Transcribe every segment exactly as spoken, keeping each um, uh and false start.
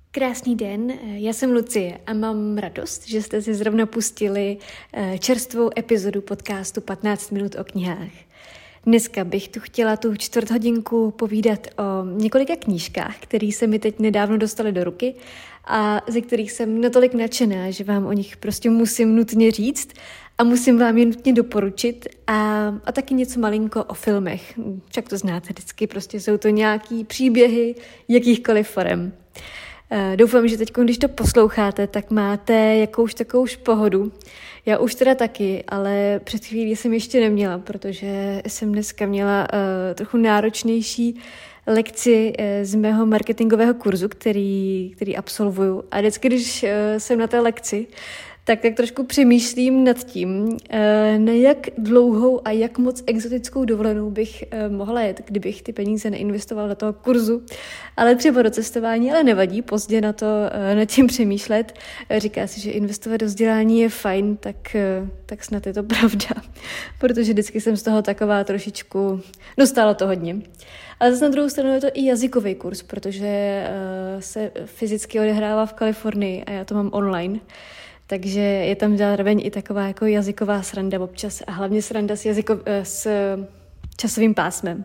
Krásný den, já jsem Lucie a mám radost, že jste si zrovna pustili čerstvou epizodu podcastu patnáct minut o knihách. Dneska bych tu chtěla tu čtvrt hodinku povídat o několika knížkách, které se mi teď nedávno dostaly do ruky a ze kterých jsem natolik nadšená, že vám o nich prostě musím nutně říct a musím vám je nutně doporučit a, a taky něco malinko o filmech. Však to znáte, vždycky prostě jsou to nějaký příběhy jakýchkoliv forem. Doufám, že teď, když to posloucháte, tak máte jakouž takovouž pohodu. Já už teda taky, ale před chvílí jsem ještě neměla, protože jsem dneska měla uh, trochu náročnější lekci uh, z mého marketingového kurzu, který, který absolvuju. A vždycky, když uh, jsem na té lekci, tak, tak trošku přemýšlím nad tím, na jak dlouhou a jak moc exotickou dovolenou bych mohla jet, kdybych ty peníze neinvestovala do toho kurzu, ale třeba do cestování, ale nevadí, pozdě na to, nad tím přemýšlet. Říká si, že investovat do vzdělání je fajn, tak, tak snad je to pravda, protože vždycky jsem z toho taková trošičku, no stálo to hodně. Ale zase na druhou stranu je to i jazykový kurz, protože se fyzicky odehrává v Kalifornii a já to mám online. Takže je tam zároveň i taková jako jazyková sranda občas a hlavně sranda s, jazyko, s časovým pásmem.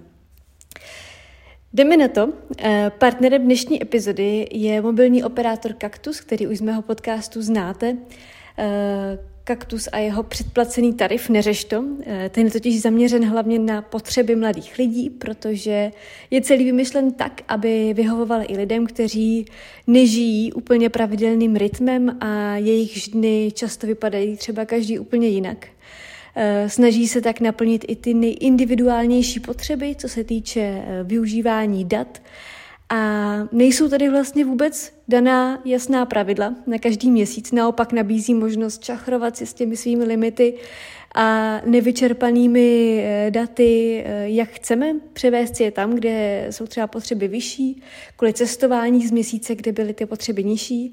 Jdeme na to. Partnerem dnešní epizody je mobilní operátor Kaktus, který už z mého podcastu znáte. Kaktus a jeho předplacený tarif Neřeš to. Ten je totiž zaměřen hlavně na potřeby mladých lidí, protože je celý vymyšlen tak, aby vyhovoval i lidem, kteří nežijí úplně pravidelným rytmem a jejich dny často vypadají třeba každý úplně jinak. Snaží se tak naplnit i ty nejindividuálnější potřeby, co se týče využívání dat. A nejsou tady vlastně vůbec daná jasná pravidla na každý měsíc, naopak nabízí možnost čachrovat si s těmi svými limity a nevyčerpanými daty, jak chceme, převést si je tam, kde jsou třeba potřeby vyšší, kvůli cestování z měsíce, kde byly ty potřeby nižší.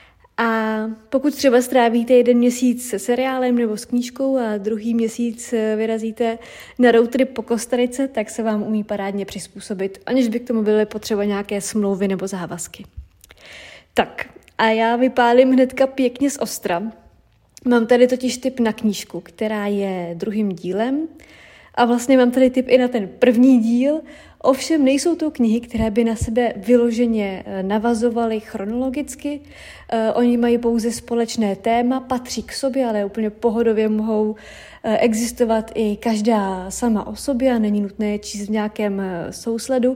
A pokud třeba strávíte jeden měsíc se seriálem nebo s knížkou a druhý měsíc vyrazíte na road trip po Kostarice, tak se vám umí parádně přizpůsobit, aniž by k tomu byly potřeba nějaké smlouvy nebo závazky. Tak a já vypálím hnedka pěkně z ostra. Mám tady totiž tip na knížku, která je druhým dílem a vlastně mám tady tip i na ten první díl. Ovšem nejsou to knihy, které by na sebe vyloženě navazovaly chronologicky. Oni mají pouze společné téma, patří k sobě, ale úplně pohodově mohou existovat i každá sama o sobě a není nutné je číst v nějakém sousledu.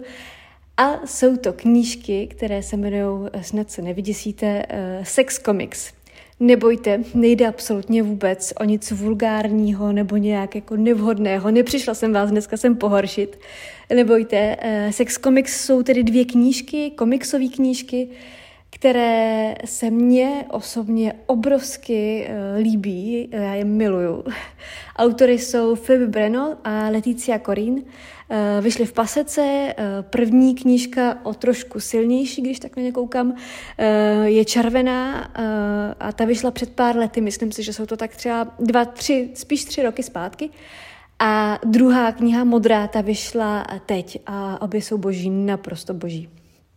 A jsou to knížky, které se jmenují, snad se nevyděsíte, Sex Comics. Nebojte, nejde absolutně vůbec o nic vulgárního nebo nějak jako nevhodného. Nepřišla jsem vás dneska sem pohoršit. Nebojte, Sex Comics jsou tedy dvě knížky, komiksové knížky, které se mně osobně obrovsky líbí, já je miluju. Autory jsou Phoebe Brennan a Leticia Corin. Vyšly v pasece, první knížka o trošku silnější, když tak na ně koukám, je červená a ta vyšla před pár lety, myslím si, že jsou to tak třeba dva, tři, spíš tři roky zpátky. A druhá kniha modrá, ta vyšla teď a obě jsou boží, naprosto boží.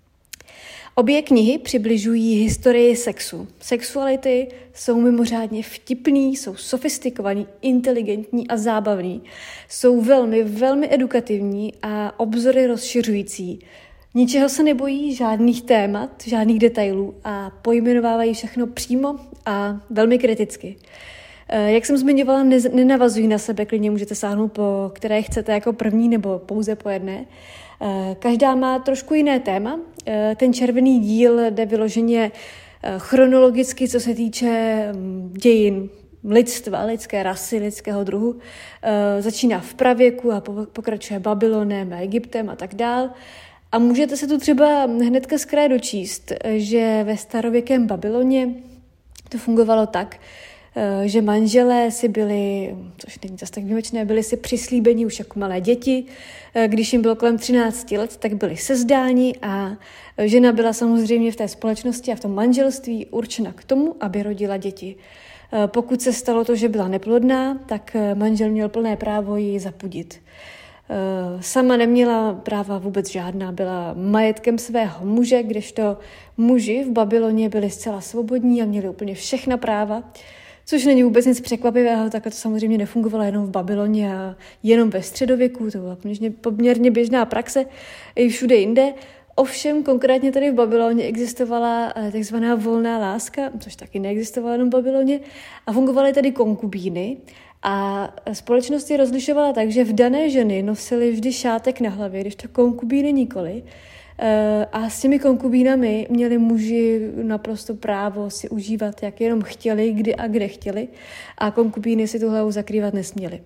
Obě knihy přibližují historii sexu. Sexuality jsou mimořádně vtipný, jsou sofistikovaný, inteligentní a zábavný. Jsou velmi, velmi edukativní a obzory rozšiřující. Ničeho se nebojí, žádných témat, žádných detailů a pojmenovávají všechno přímo a velmi kriticky. Jak jsem zmiňovala, nenavazují na sebe, klidně můžete sáhnout po které chcete jako první nebo pouze po jedné. Každá má trošku jiné téma. Ten červený díl jde vyloženě chronologicky, co se týče dějin lidstva, lidské rasy, lidského druhu. Začíná v pravěku a pokračuje Babylonem a Egyptem a tak dál. A můžete se tu třeba hnedka z kraje dočíst, že ve starověkém Babyloně to fungovalo tak, že manželé si byli, což není zase tak výjimečné, byli si přislíbeni už jako malé děti. Když jim bylo kolem třinácti let, tak byli sezdáni a žena byla samozřejmě v té společnosti a v tom manželství určena k tomu, aby rodila děti. Pokud se stalo to, že byla neplodná, tak manžel měl plné právo ji zapudit. Sama neměla práva vůbec žádná, byla majetkem svého muže, kdežto muži v Babyloně byli zcela svobodní a měli úplně všechna práva, což není vůbec nic překvapivého, takhle to samozřejmě nefungovalo jenom v Babyloně a jenom ve středověku, to byla poměrně běžná praxe i všude jinde. Ovšem konkrétně tady v Babyloně existovala takzvaná volná láska, což taky neexistovalo jenom v Babyloně, a fungovaly tady konkubíny. A společnost je rozlišovala tak, že vdané ženy nosily vždy šátek na hlavě, když to konkubíny nikoli. A s těmi konkubínami měli muži naprosto právo si užívat, jak jenom chtěli, kdy a kde chtěli. A konkubíny si tu hlavu zakrývat nesměly.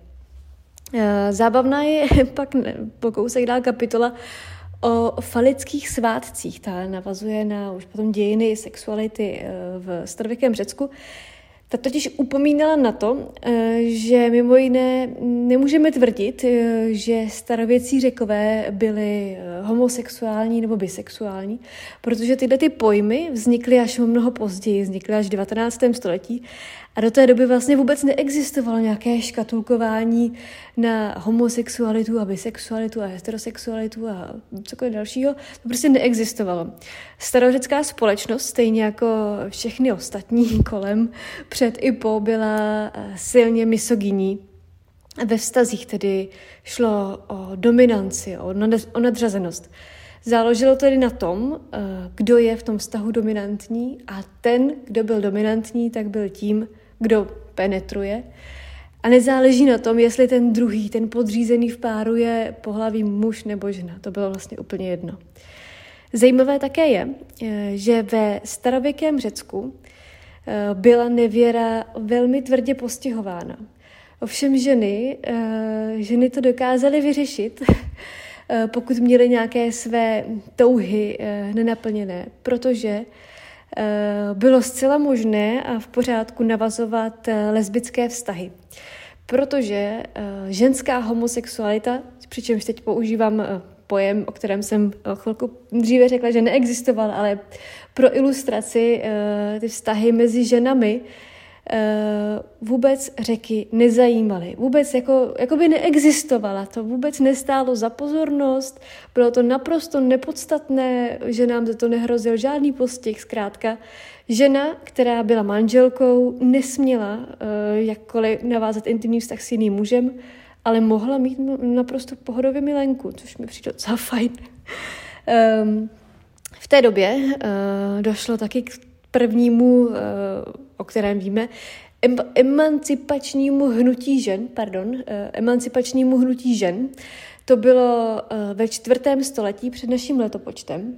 Zábavná je pak po kousek dál kapitola o falických svátcích. Ta navazuje na už potom dějiny sexuality v starověkém Řecku. Ta totiž upomínala na to, že mimo jiné nemůžeme tvrdit, že starověcí Řekové byli homosexuální nebo bisexuální, protože tyhle ty pojmy vznikly až mnoho později, vznikly až v devatenáctém století a do té doby vlastně vůbec neexistovalo nějaké škatulkování na homosexualitu a bisexualitu a heterosexualitu a cokoliv dalšího. To prostě neexistovalo. Starořecká společnost, stejně jako všechny ostatní kolem, před i po, byla silně misogyní. Ve vztazích tedy šlo o dominanci, o nadřazenost. Záleželo tedy na tom, kdo je v tom vztahu dominantní a ten, kdo byl dominantní, tak byl tím, kdo penetruje. A nezáleží na tom, jestli ten druhý, ten podřízený v páru je pohlaví muž nebo žena. To bylo vlastně úplně jedno. Zajímavé také je, že ve starověkém Řecku byla nevěra velmi tvrdě postihována. Ovšem ženy, ženy to dokázaly vyřešit, pokud měly nějaké své touhy nenaplněné, protože bylo zcela možné a v pořádku navazovat lesbické vztahy. Protože ženská homosexualita, přičemž teď používám pojem, o kterém jsem chvilku dříve řekla, že neexistoval, ale pro ilustraci ty vztahy mezi ženami vůbec Řeky nezajímaly. Vůbec jako, jako by neexistovala. To vůbec nestálo za pozornost. Bylo to naprosto nepodstatné, že nám za to nehrozil žádný postih. Zkrátka, žena, která byla manželkou, nesměla jakkoliv navázat intimní vztah s jiným mužem, ale mohla mít naprosto pohodově milenku, což mi přijde docela fajn. V té době došlo taky k prvnímu, o kterém víme, emancipačnímu hnutí žen, pardon, emancipačnímu hnutí žen. To bylo ve čtvrtém století před naším letopočtem.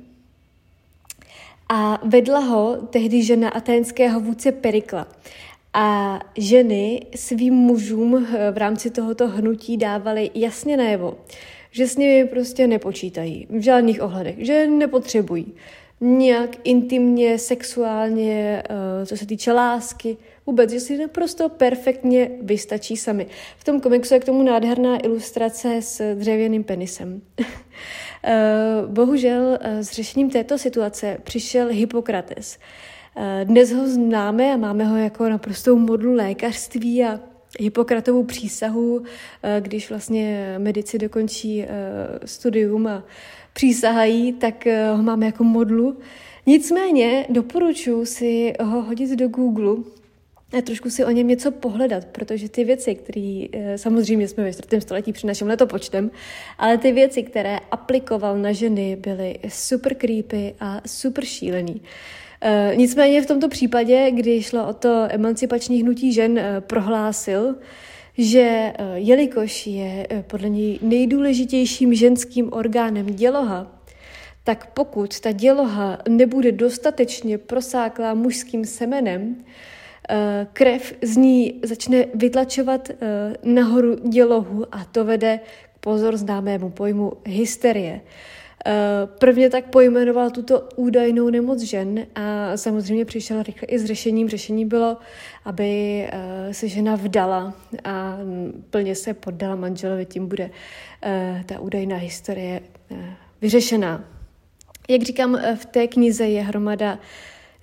A vedla ho tehdy žena aténského vůdce Perikla. A ženy svým mužům v rámci tohoto hnutí dávaly jasně najevo, že s nimi prostě nepočítají v žádných ohledech, že nepotřebují nějak intimně, sexuálně, co se týče lásky, vůbec, že si naprosto perfektně vystačí sami. V tom komiksu je k tomu nádherná ilustrace s dřevěným penisem. Bohužel s řešením této situace přišel Hippokrates. Dnes ho známe a máme ho jako naprostou modlu lékařství a Hippokratovu přísahu, když vlastně medici dokončí studium a přísahají, tak ho máme jako modlu. Nicméně doporučuji si ho hodit do Google a trošku si o něm něco pohledat, protože ty věci, které samozřejmě jsme ve čtvrtém století před naším letopočtem, ale ty věci, které aplikoval na ženy, byly super creepy a super šílený. Uh, nicméně v tomto případě, kdy šlo o to emancipační hnutí žen, uh, prohlásil, že uh, jelikož je uh, podle něj nejdůležitějším ženským orgánem děloha, tak pokud ta děloha nebude dostatečně prosáklá mužským semenem, uh, krev z ní začne vytlačovat uh, nahoru dělohu a to vede k pozor známému pojmu hysterie. Prvně tak pojmenoval tuto údajnou nemoc žen a samozřejmě přišel rychle i s řešením. Řešení bylo, aby se žena vdala a plně se poddala manželovi, tím bude ta údajná hysterie vyřešená. Jak říkám, v té knize je hromada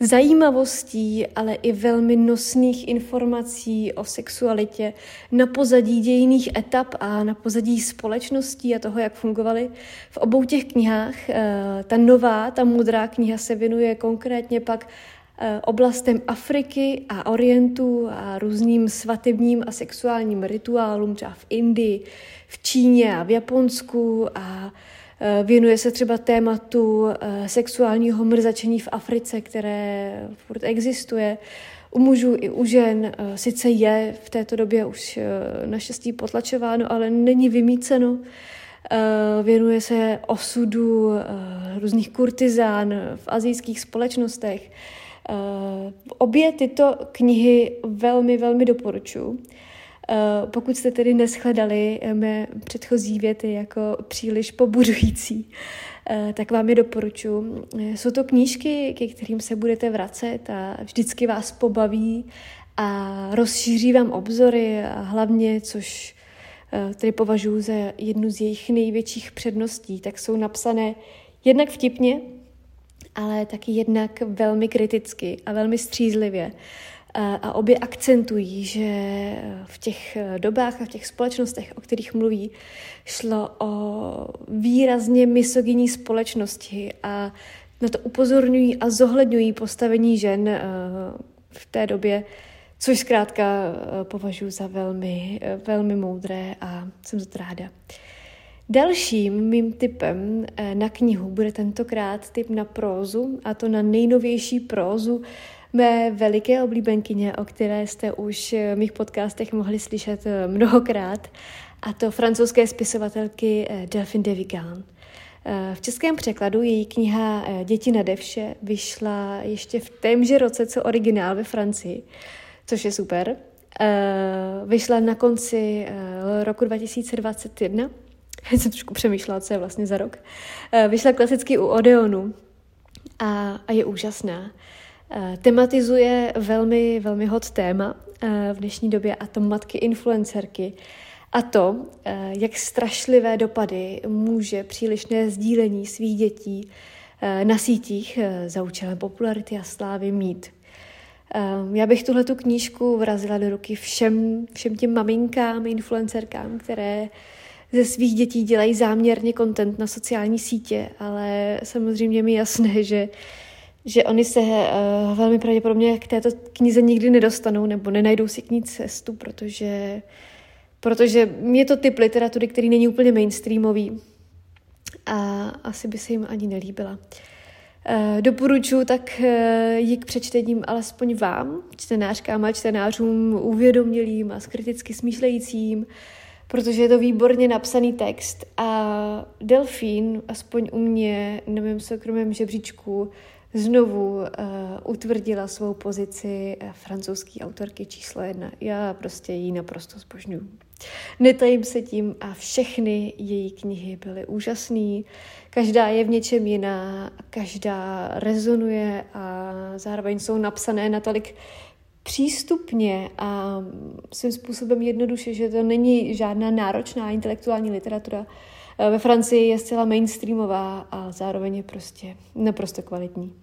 zajímavostí, ale i velmi nosných informací o sexualitě na pozadí dějinných etap a na pozadí společností a toho, jak fungovaly v obou těch knihách. Ta nová, ta modrá kniha se věnuje konkrétně pak oblastem Afriky a Orientu a různým svatebním a sexuálním rituálům, třeba v Indii, v Číně a v Japonsku, a věnuje se třeba tématu sexuálního mrzačení v Africe, které furt existuje u mužů i u žen. Sice je v této době už naštěstí potlačováno, ale není vymýceno. Věnuje se osudu různých kurtizán v asijských společnostech. Obě tyto knihy velmi, velmi doporučuji. Pokud jste tedy neshledali mé předchozí věty jako příliš pobuřující, tak vám je doporučuji. Jsou to knížky, ke kterým se budete vracet a vždycky vás pobaví a rozšíří vám obzory a hlavně, což tedy považuji za jednu z jejich největších předností, tak jsou napsané jednak vtipně, ale taky jednak velmi kriticky a velmi střízlivě. A obě akcentují, že v těch dobách a v těch společnostech, o kterých mluví, šlo o výrazně misogynní společnosti a na to upozorňují a zohledňují postavení žen v té době, což zkrátka považuji za velmi, velmi moudré a jsem za to ráda. Dalším mým tipem na knihu bude tentokrát tip na prózu, a to na nejnovější prózu mé veliké oblíbenkyně, o které jste už v mých podcastech mohli slyšet mnohokrát, a to francouzské spisovatelky Delphine de Vigan. V českém překladu její kniha Děti nade vše vyšla ještě v témže roce, co originál ve Francii, což je super. Vyšla na konci roku dva tisíce dvacet jedna. Já jsem trošku přemýšlela, co je vlastně za rok. Vyšla klasicky u Odeonu a, a je úžasná. Tematizuje velmi, velmi hot téma v dnešní době, a to matky influencerky. A to, jak strašlivé dopady může přílišné sdílení svých dětí na sítích za účelem popularity a slávy mít. Já bych tuhletu knížku vrazila do ruky všem, všem těm maminkám, influencerkám, které ze svých dětí dělají záměrně content na sociální sítě, ale samozřejmě mi jasné, že že oni se uh, velmi pravděpodobně k této knize nikdy nedostanou nebo nenajdou si k ní cestu, protože, protože je to typ literatury, který není úplně mainstreamový a asi by se jim ani nelíbila. Uh, doporučuji tak uh, ji k přečtením alespoň vám, čtenářkám a čtenářům uvědomělým a kriticky smýšlejícím, protože je to výborně napsaný text a Delphine, aspoň u mě na mém soukromém žebříčku, znovu uh, utvrdila svou pozici francouzské autorky číslo jedna. Já prostě ji naprosto zbožňuji. Netajím se tím a všechny její knihy byly úžasný. Každá je v něčem jiná, každá rezonuje a zároveň jsou napsané natolik přístupně a svým způsobem jednoduše, že to není žádná náročná intelektuální literatura. Ve Francii je zcela mainstreamová a zároveň je prostě naprosto kvalitní.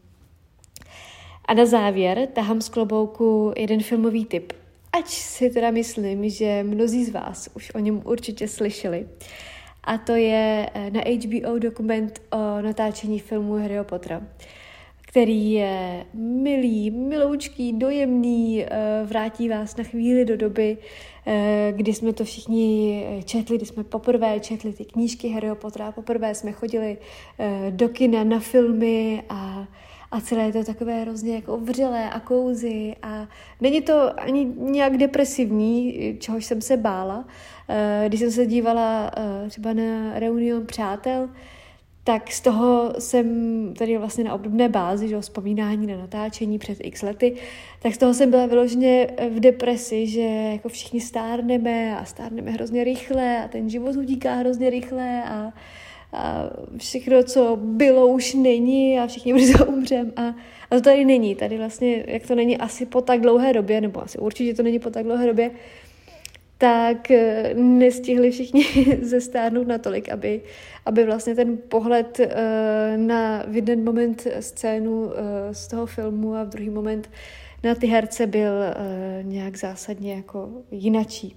A na závěr tahám z klobouku jeden filmový tip. Ač si teda myslím, že mnozí z vás už o něm určitě slyšeli. A to je na H B O dokument o natáčení filmu Harryho Pottera, který je milý, miloučký, dojemný, vrátí vás na chvíli do doby, kdy jsme to všichni četli, kdy jsme poprvé četli ty knížky Harryho Pottera, poprvé jsme chodili do kina na filmy a, a celé je to takové hrozně jako vřelé a kouzy a není to ani nějak depresivní, čehož jsem se bála. Když jsem se dívala třeba na Reunion přátel, tak z toho jsem tady vlastně na obdobné bázi, že vzpomínání na natáčení před x lety, tak z toho jsem byla vyloženě v depresi, že jako všichni stárneme a stárneme hrozně rychle a ten život utíká hrozně rychle a, a všechno, co bylo, už není a všichni brzo umřem a, a to tady není. Tady vlastně, jak to není asi po tak dlouhé době, nebo asi určitě to není po tak dlouhé době, tak nestihli všichni zestárnout natolik, aby, aby vlastně ten pohled na v jeden moment scénu z toho filmu a v druhý moment na ty herce byl nějak zásadně jako jinačí.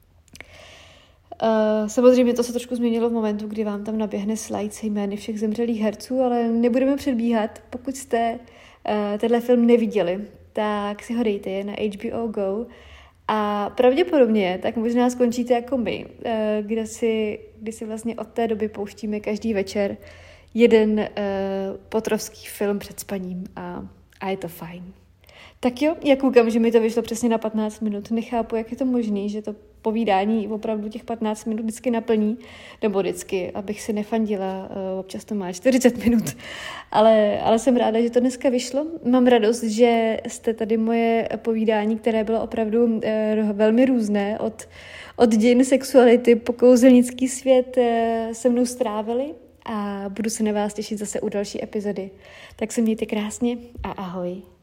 Samozřejmě to se trošku změnilo v momentu, kdy vám tam naběhne slide se jmény všech zemřelých herců, ale nebudeme předbíhat. Pokud jste tenhle film neviděli, tak si ho dejte, je na H B O Go. A pravděpodobně tak možná skončíte jako my, kde si, kdy si vlastně od té doby pouštíme každý večer jeden uh, potrovský film před spaním a, a je to fajn. Tak jo, já koukám, že mi to vyšlo přesně na patnáct minut. Nechápu, jak je to možné, že to povídání opravdu těch patnáct minut vždycky naplní, nebo vždycky, abych si nefandila, občas to má čtyřicet minut. Ale, ale jsem ráda, že to dneska vyšlo. Mám radost, že jste tady moje povídání, které bylo opravdu uh, velmi různé, od, od dějin sexuality po kouzelnický svět uh, se mnou strávili a budu se na vás těšit zase u další epizody. Tak se mějte krásně a ahoj.